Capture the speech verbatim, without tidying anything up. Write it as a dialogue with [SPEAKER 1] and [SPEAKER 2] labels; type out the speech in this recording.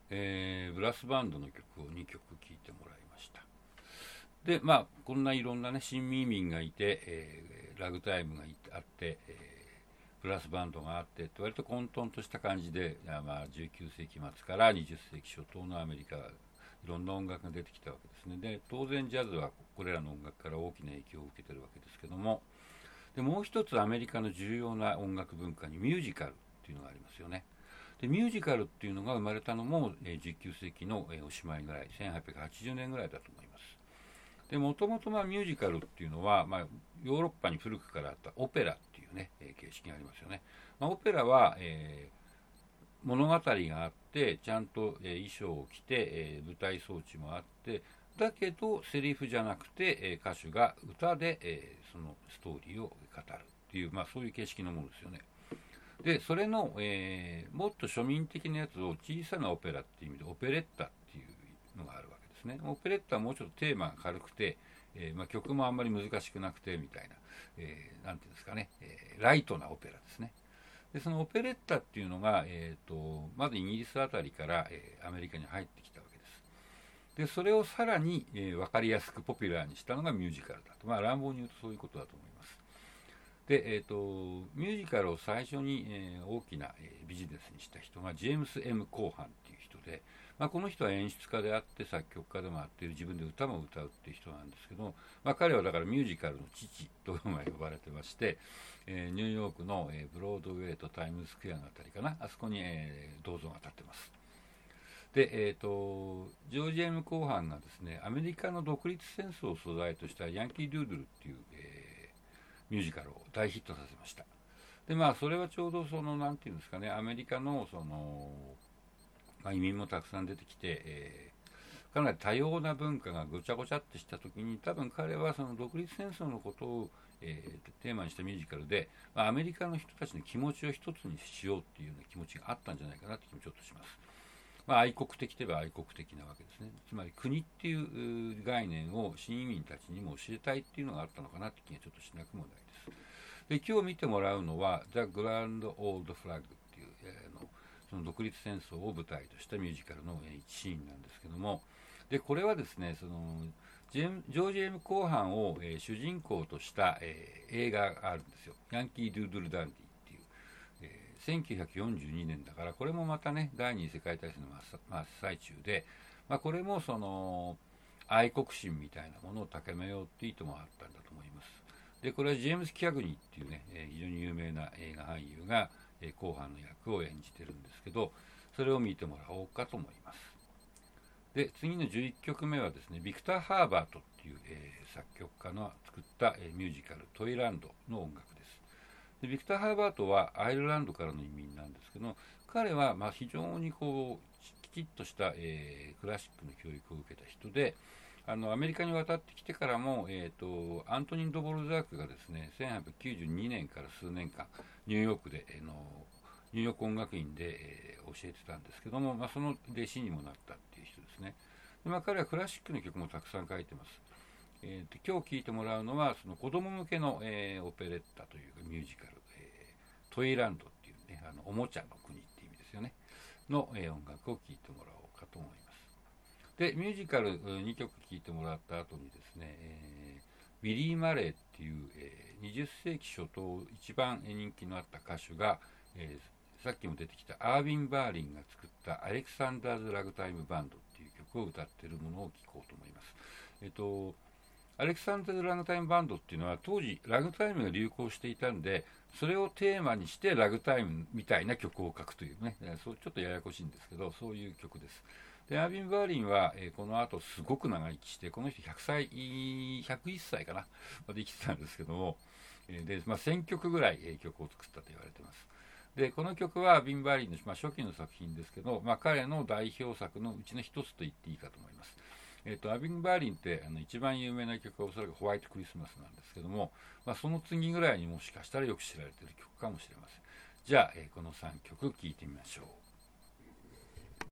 [SPEAKER 1] えー、ブラスバンドの曲をにきょく聴いてもらいました。でまあこんないろんなね新ミーミンがいて、えー、ラグタイムがいてあって、えー、ブラスバンドがあってって割と混沌とした感じで、まあ、じゅうきゅうせいき末からにじゅっせいき初頭のアメリカいろんな音楽が出てきたわけですね。で当然ジャズはこれらの音楽から大きな影響を受けてるわけですけども、でもう一つアメリカの重要な音楽文化にミュージカルっていうのがありますよね。でミュージカルっていうのが生まれたのも、えー、じゅうきゅうせいきの、えー、おしまいぐらいせんはっぴゃくはちじゅうねんぐらいだと思います。でもともとミュージカルっていうのは、まあ、ヨーロッパに古くからあったオペラっていうね、えー、形式がありますよね。まあ、オペラは、えー、物語があってちゃんと、えー、衣装を着て、えー、舞台装置もあってだけどセリフじゃなくて、えー、歌手が歌で、えー、そのストーリーを語るっていう、まあ、そういう形式のものですよね。でそれの、えー、もっと庶民的なやつを小さなオペラっていう意味でオペレッタっていうのがあるわけですね。オペレッタはもうちょっとテーマが軽くて、えーまあ、曲もあんまり難しくなくてみたいな、えー、なんていうんですかね、えー、ライトなオペラですね。でそのオペレッタっていうのが、えー、とまずイギリスあたりから、えー、アメリカに入ってきたわけです。でそれをさらに、えー、分かりやすくポピュラーにしたのがミュージカルだと、まあ、乱暴に言うとそういうことだと思います。で、えー、とミュージカルを最初に、えー、大きな、えー、ビジネスにした人がジェームス・エム・コーハンっていう人で、まあ、この人は演出家であって作曲家でもあって自分で歌も歌うっていう人なんですけど、まあ、彼はだからミュージカルの父と呼ばれてまして、えー、ニューヨークの、えー、ブロードウェイとタイムズスクエアのあたりかな、あそこに、えー、銅像が立ってます。で、えーと、ジョージ・エム・コーハンがですねアメリカの独立戦争を素材としたヤンキー・ドゥードゥルっていう、えーミュージカルを大ヒットさせました。でまあそれはちょうどそのなんていうんですかね、アメリカのその、まあ、移民もたくさん出てきて、えー、かなり多様な文化がごちゃごちゃってした時に多分彼はその独立戦争のことを、えー、テーマにしたミュージカルで、まあ、アメリカの人たちの気持ちを一つにしようっていうような気持ちがあったんじゃないかなって気もちょっとします。まあ、愛国的といえば愛国的なわけですね。つまり国っていう概念を新移民たちにも教えたいっていうのがあったのかなって気がちょっとしなくもないです。で今日見てもらうのは「ザ・グランド・オールド・フラッグ」っていう、えー、のその独立戦争を舞台としたミュージカルの一シーンなんですけども、でこれはですねそのジェジョージ・エム・コーハンを、えー、主人公とした、えー、映画があるんですよ。ヤンキー・ドゥードゥル・ダンディっていう、えー、せんきゅうひゃくよんじゅうにねんだからこれもまたね第二次世界大戦の真っ最中で、まあ、これもその愛国心みたいなものを高めようって意図もあったんだと思います。でこれはジェームス・キャグニーっていうね、えー、非常に有名な映画俳優が、えー、後半の役を演じてるんですけど、それを見てもらおうかと思います。で次のじゅういっきょくめはですねビクター・ハーバートっていう、えー、作曲家の作った、えー、ミュージカル「トイランド」の音楽です。でビクター・ハーバートはアイルランドからの移民なんですけど、彼はまあ非常にこうきちっとした、えー、クラシックの教育を受けた人で、あのアメリカに渡ってきてからも、えーと、アントニン・ドボルザークがですねせんはっぴゃくきゅうじゅうにねんから数年間ニューヨークで、えー、のニューヨーク音楽院で、えー、教えてたんですけども、まあ、その弟子にもなったっていう人ですね。で、まあ、彼はクラシックの曲もたくさん書いてます。えーと、今日聴いてもらうのはその子供向けの、えー、オペレッタというかミュージカル、えー、トイランドっていうねあのおもちゃの国っていう意味ですよねの、えー、音楽を聴いてもらおうかと思います。でミュージカルにきょく聴いてもらった後にですね、えー、ウィリー・マレーっていう、えー、にじゅっせいき初頭一番人気のあった歌手が、えー、さっきも出てきたアービン・バーリンが作ったアレクサンダーズ・ラグタイム・バンドっていう曲を歌っているものを聴こうと思います。えっ、ー、とアレクサンダーズ・ラグタイムバンドっていうのは当時ラグタイムが流行していたんで、それをテーマにしてラグタイムみたいな曲を書くというね、そうちょっとややこしいんですけど、そういう曲です。でアービン・バーリンは、えー、この後すごく長生きして、この人ひゃくさいひゃくいっさいかなまで生きてたんですけども、えーでまあ、せんきょくぐらい、えー、曲を作ったと言われています。でこの曲はアービン・バーリンの、まあ、初期の作品ですけど、まあ、彼の代表作のうちの一つと言っていいかと思います。えーと、アービン・バーリンってあの一番有名な曲はおそらくホワイトクリスマスなんですけども、まあ、その次ぐらいにもしかしたらよく知られている曲かもしれません。じゃあ、えー、このさんきょく聴いてみましょう。